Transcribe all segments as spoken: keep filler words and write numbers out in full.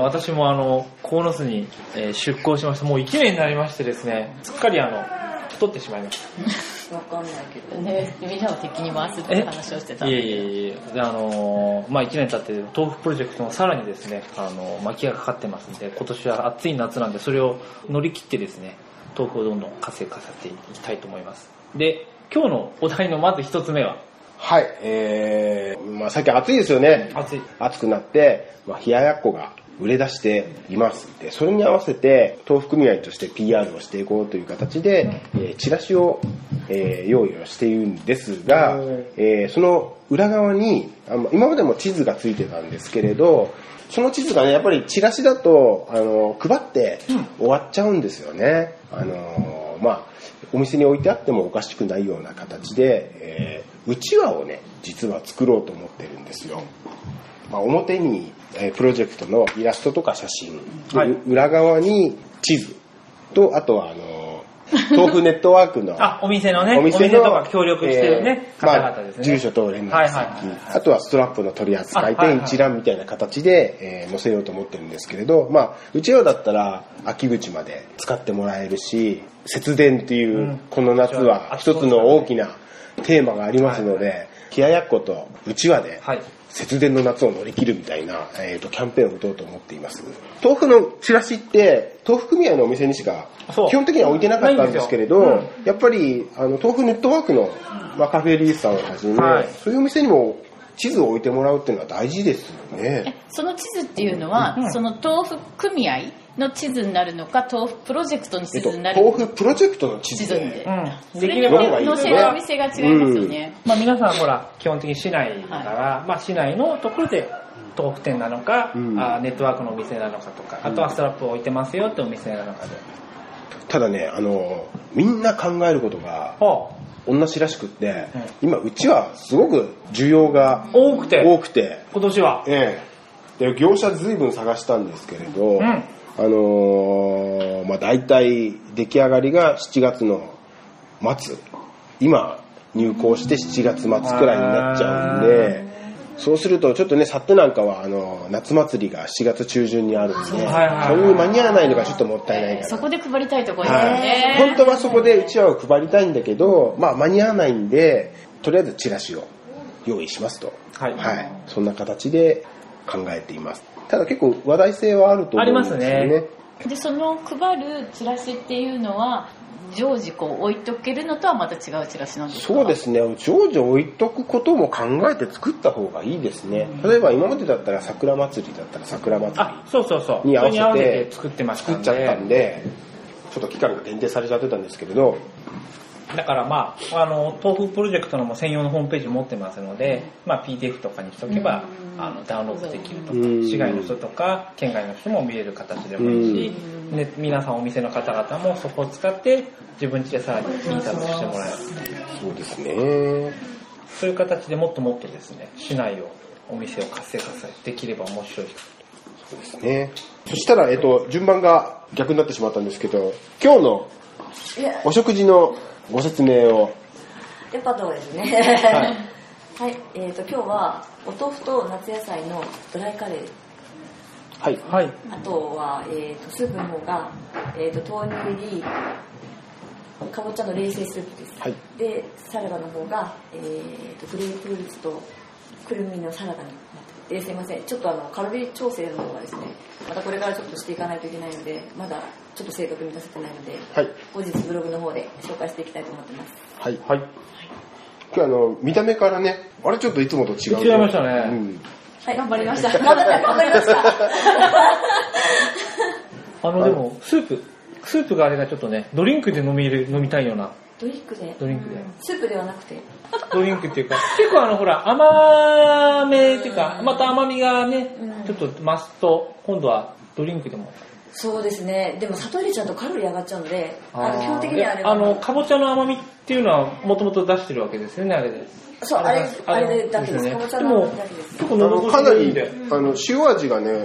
私もあの鴻巣に、えー、出向しました。もういちねんになりましてですね、すっかりあの太ってしまいました。 わかんないけどね、みんなを敵に回すって話をしてたんで。 いえいえいえ、あのー、まあいちねん経って豆腐プロジェクトもさらにですね、あのー、巻きがかかってますんで、今年は暑い夏なんでそれを乗り切ってですね、豆腐をどんどん活性化させていきたいと思います。で、今日のお題のまず一つ目は、 はい、えー、まあ最近暑いですよね。 暑い。 暑くなって、まあ、冷ややっこが売れ出しています。で、それに合わせて豆腐組合として ピーアール をしていこうという形で、えー、チラシを、えー、用意をしているんですが、えー、その裏側にあの今までも地図がついてたんですけれど、その地図がね、やっぱりチラシだとあの配って終わっちゃうんですよね。あのまあお店に置いてあってもおかしくないような形で、えー、うちわをね実は作ろうと思ってるんですよ。まあ、表に、えー、プロジェクトのイラストとか写真、はい、裏側に地図と、あとはあの豆腐ネットワークのあお店のねお店のお店とか協力してるね、えー、方々ですね、まあ、住所と連絡先、はいはい、あとはストラップの取り扱い店一覧みたいな形で、えー、載せようと思ってるんですけれど、まあ、うちわだったら秋口まで使ってもらえるし、節電っていう、うん、この夏は一つの大きなテーマがありますので、はいはい、冷ややっことうちわで、はい節電の夏を乗り切るみたいな、えー、とキャンペーンを打とうと思っています。豆腐のチラシって豆腐組合のお店にしか基本的には置いてなかったんですけれど、うん、やっぱりあの豆腐ネットワークの、まあ、カフェリースさんをはじめ、はい、そういうお店にも地図を置いてもらうっていうのは大事ですよね。 その地図っていうのは、うん、その豆腐組合の地図になるのか、豆腐プロジェクトの地図になるのか、 えっと、豆腐プロジェクトの地図で、 うん、それに載せるお店が違いますよね、 うん、まあ、皆さんほら基本的に市内だから、はい、まあ、市内のところで豆腐店なのか、うん、あネットワークのお店なのかとか、あとはストラップを置いてますよってお店なのかで、 ただね、あのみんな考えることが同じらしくって、うん、今うちはすごく需要が多くて多くて今年は、 ええ、で業者ずいぶん探したんですけれど、うん、あのー、まあ大体出来上がりがしちがつの末、今入稿してしちがつ末くらいになっちゃうんで、そうするとちょっとね、サッテなんかはあの夏祭りがしちがつ中旬にあるんで、それに間に合わないのがちょっともったいないから、 そこで配りたいところですよね、 はい、本当はそこでうちわを配りたいんだけど、まあ間に合わないんで、とりあえずチラシを用意しますと、はいはい、そんな形で考えています。ただ結構話題性はあると思うんですよね。ありますね。 でその配るチラシっていうのは常時こう置いとけるのとはまた違うチラシなんですか？ そうですね、常時置いとくことも考えて作った方がいいですね。例えば今までだったら桜祭りだったら桜祭りに合わせて作っちゃったんで、ちょっと期間が限定されちゃってたんですけれど、 だからまあ、あの豆腐プロジェクトの専用のホームページを持ってますので、まあ、ピーディーエフ とかにしておけばあのダウンロードできるとか、市外の人とか県外の人も見れる形でもいいし、ね、皆さんお店の方々もそこを使って自分家でさらに印刷してもらえる。 そうですね。 そういう形でもっともっとですね、市内をお店を活性化させてできれば面白い。 そうですね。そしたら、えっと、順番が逆になってしまったんですけど、今日のお食事のご説明を。 やっぱどうですね。はい、はい、えっと今日はお豆腐と夏野菜のドライカレー。 はいはい。 あとはえっ、ー、とスープの方がえっ、ー、と豆乳入りかぼちゃの冷製スープです。はい。でサラダの方がえっ、ー、とグレープフルーツとくるみのサラダになってて、すいません。ちょっとあのカロリー調整の方がですね、またこれからちょっとしていかないといけないので、まだちょっと正確に出せてないので、はい、後日ブログの方で紹介していきたいと思ってます。 はいはい。今日あの見た目からね、あれちょっといつもと違う。 違いましたね。うん、 はい、頑張りました。頑張った頑張りました。 あのでもスープスープがあれがちょっとね、ドリンクで飲み入れ飲みたいような。 ドリンクで。 ドリンクで。 スープではなくて。 ドリンクっていうか、結構あのほら甘めっていうか、また甘みがね、ちょっと増すと今度はドリンクでも。 そうですね。でも砂糖入れちゃうとカロリー上がっちゃうので、あの基本的にはあれはあのかぼちゃの甘みっていうのはもともと出してるわけですよね、あれで。 そう、あれあれだけです。かぼちゃの甘みだけです。 結構喉越しがいいんで、あの塩味がね、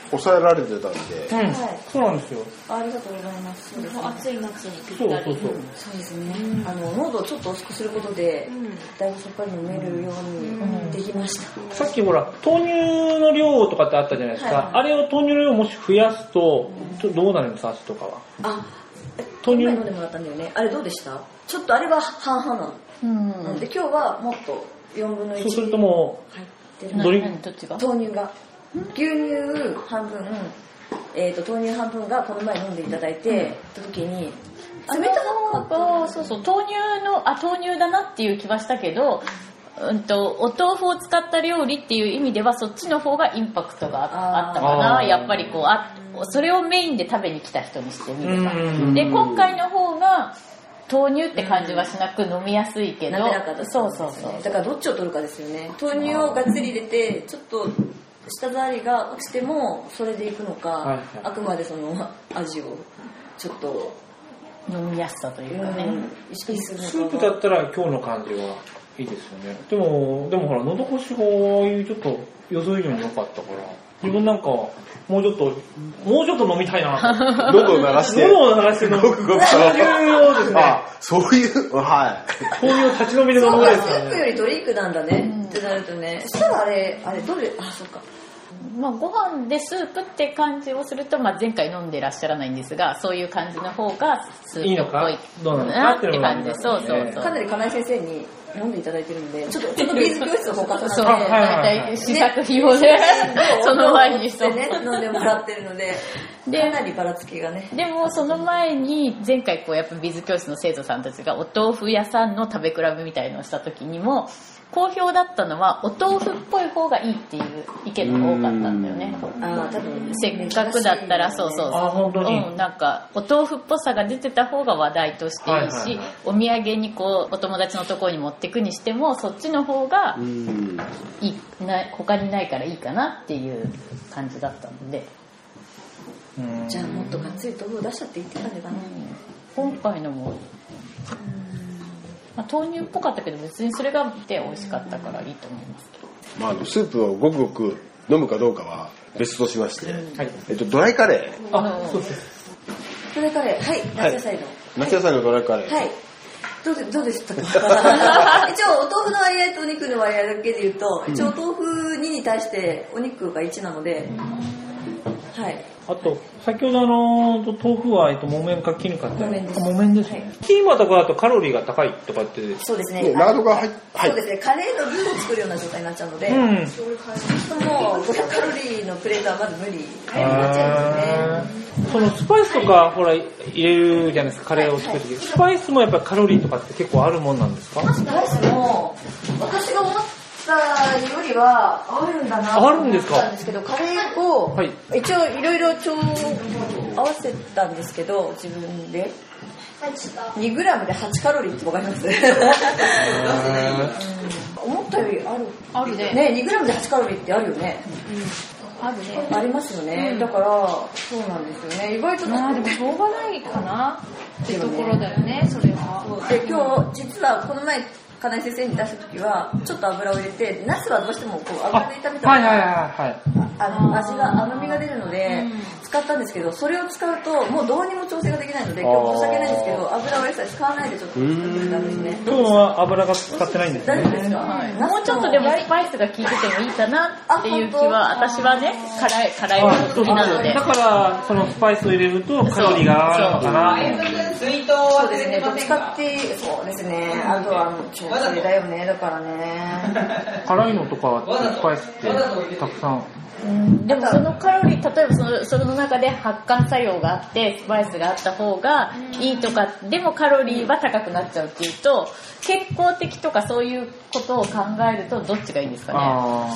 抑えられてたんで、 うん、はい、そうなんですよ。 ありがとうございます。そうですね、 暑い夏にぴったり。 そうそうそう。 そうですね。うん、あの喉をちょっと薄くすることで、うん、だいぶさっぱり飲めるようにできました。うん、 さっきほら豆乳の量とかってあったじゃないですか。はいはい、あれを豆乳の量をもし増やすと、うん、どうなるんですか、足とかは。 あ、豆乳飲んでもらったんだよね。あれどうでした？ちょっとあれは半々なの。うん、で今日はもっとよんぶんのいち。 そうするともう入ってる。 どれどっちが？ 豆乳が。牛乳半分、えーと、豆乳半分がこの前飲んでいただいて、た、うん、時に冷たかった。 そうそう、豆乳のあ豆乳だなっていう気はしたけど、うんとお豆腐を使った料理っていう意味ではそっちの方がインパクトが あ, あったかな。やっぱりこうあそれをメインで食べに来た人にしてみれば。で今回の方が豆乳って感じはしなく飲みやすいけど、 滑らかだったんですよね。 そうそうそう。 だからどっちを取るかですよね。豆乳をがっつり入れてちょっと舌触りが落ちてもそれでいくのか、はいはい、あくまでその味をちょっと飲みやすさというかね、うん、 意識するのか。 スープだったら今日の感じはいいですよね。でもでもほら喉越しがいうちょっと予想以上に良かったから自分なんかもうちょっともうちょっと飲みたいな。 喉を流して喉を流して飲む。 ごくごくそういうですね。 あ、そういうはい。 豆乳を立ち飲みで飲むぐらいですかね。 スープよりドリンクなんだね、うん、ってなるとね。そしたらあれあれどれあそうか。 まあ、ご飯でスープって感じをすると、まあ、前回飲んでらっしゃらないんですがそういう感じの方がスープっぽいどうなのかって感じで、そうそうそう。 かなり金井先生に飲んでいただいてるんでちょっとちょっとビーズ教室の方からそう大体試作費用でその前にそうね飲んでもらってるのででかなりばらつきがね。 でもその前に前回こうやっぱビーズ教室の生徒さんたちがお豆腐屋さんの食べ比べみたいのをした時にも好評だったのはお豆腐っぽい方がいいっていう意見が多かったんだよね。 あ多分せっかくだったらそうそうそうあ本当に、 うん、なんかお豆腐っぽさが出てた方が話題としていいし、はいはいはい、お土産にこうお友達のところに持ってくにしてもそっちの方がいいな他にないからいいかなっていう感じだったので。 じゃあもっとがっつり豆腐を出しちゃって言ってたんじゃないかな、 うん、今回のもまあ、豆乳っぽかったけど別にそれがで美味しかったからいいと思いますけど、 まあ、あのスープをごくごく飲むかどうかは別としまして、 うんはいえっと、ドライカレーあそうですドライカレーはい夏野菜の、はい、 夏野菜のドライカレーはいどうで、どうでしたか一応お豆腐の割合とお肉の割合だけで言うと、うん、一応お豆腐にに対してお肉がいちなので、うん、はい。 あと先ほどあの豆腐は、えっと、木綿か絹かって木綿です。 木綿ですね、はい、キーマとかだとカロリーが高いとかってそうですねラードが入っそうですねカレーのルーを作るような状態になっちゃうので、うん、もうごひゃくカロリーのプレートはまず無理になっちゃうんですね。 そのスパイスとかほら入れるじゃないですかカレーを作るとき、はいはい、スパイスもやっぱりカロリーとかって結構あるもんなんですか？ スパイスも私が思ったよりはあるんだなと思ったんですけどカレーを一応いろいろ調合わせたんですけど自分でにグラムではちカロリーって分かります思ったよりあるあるねねにグラムではちカロリーってあるよね、 うん、あるねありますよね、うん、だからそうなんですよね意外とまあでもしょうがないかなってところだよねそれは。 で今日実はこの前金井先生に出した時はちょっと油を入れてナスはどうしてもこう油で炒めた方が味が甘みが出るので使ったんですけどそれを使うともうどうにも調整ができないので今日申し訳ないんですけど油を一切使わないでちょっと作ってたんですね。 今日は油が使ってないんですね。 大丈夫ですか、 はい、もうちょっとでもスパイスが効いててもいいかなっていう気は私はね辛い辛いの好きなのでだからそのスパイスを入れるとカロリーが上がるのかな。 そうですねどっちかってそうですねあとは調整だよねだからね辛いのとかスパイスってたくさんうん、でもそのカロリー例えばそのその中で発汗作用があってスパイスがあった方がいいとかでもカロリーは高くなっちゃうっていうと健康的とかそういうことを考えるとどっちがいいんですかね。あ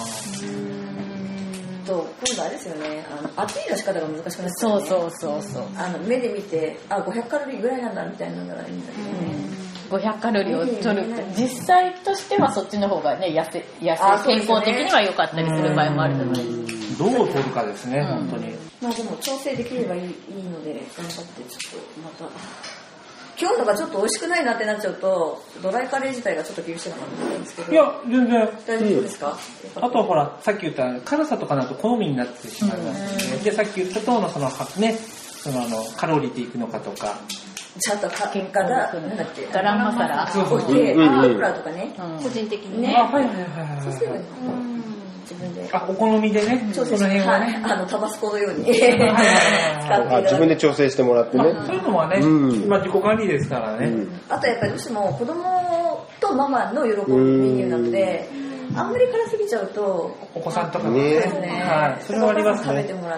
と今度あれですよねあのアピールの仕方が難しくなっちゃう、ね、 そうそうそうそうあの目で見てあごひゃくカロリーぐらいなんだみたいなのがいいんだけどね、 うん、ごひゃくカロリーを取るって実際としてはそっちの方がね痩せ痩せ健康的には良かったりする場合もあるじゃないですか。 どう取るかですね、うん、本当に。 まあでも調整できればいい、いいので頑張ってちょっとまた今日のがちょっと美味しくないなってなっちゃうとドライカレー自体がちょっと厳しいかなと思うんですけど。 いや全然大丈夫ですか？ あとはほらさっき言った辛さとかだと好みになってしまいますので、でさっき言ったとのそのねそのあのカロリーでいくのかとか。 ちゃんとか結果がなんだっけガラムマサラ。 そうそうそう。 で、油とかね、 個人的にね。 あはいはいはいはい。 そうすればいいの。自分で。 あお好みでね、その辺はね、 あのタバスコのように使っていただいて自分で調整してもらってね。 そういうのはね、まあ自己管理ですからね。 あとやっぱりどうしても子供とママの喜ぶメニューなので、あんまり辛すぎちゃうとお子さんとかね、 はい、それはありますね。 食べてもらって、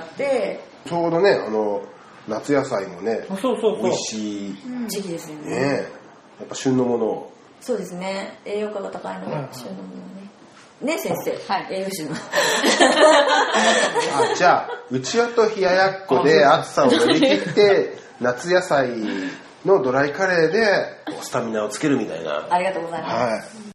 ちょうどねあの夏野菜もね、 そうそうそう美味しい時期ですよね。 ね、やっぱ旬のものを。 そうですね。栄養価が高いので、旬のものね。ね先生、 はい、 栄養士の。 あじゃあうちわと冷ややっこで暑さを乗り切って夏野菜のドライカレーでスタミナをつけるみたいな。 ありがとうございます。 はい。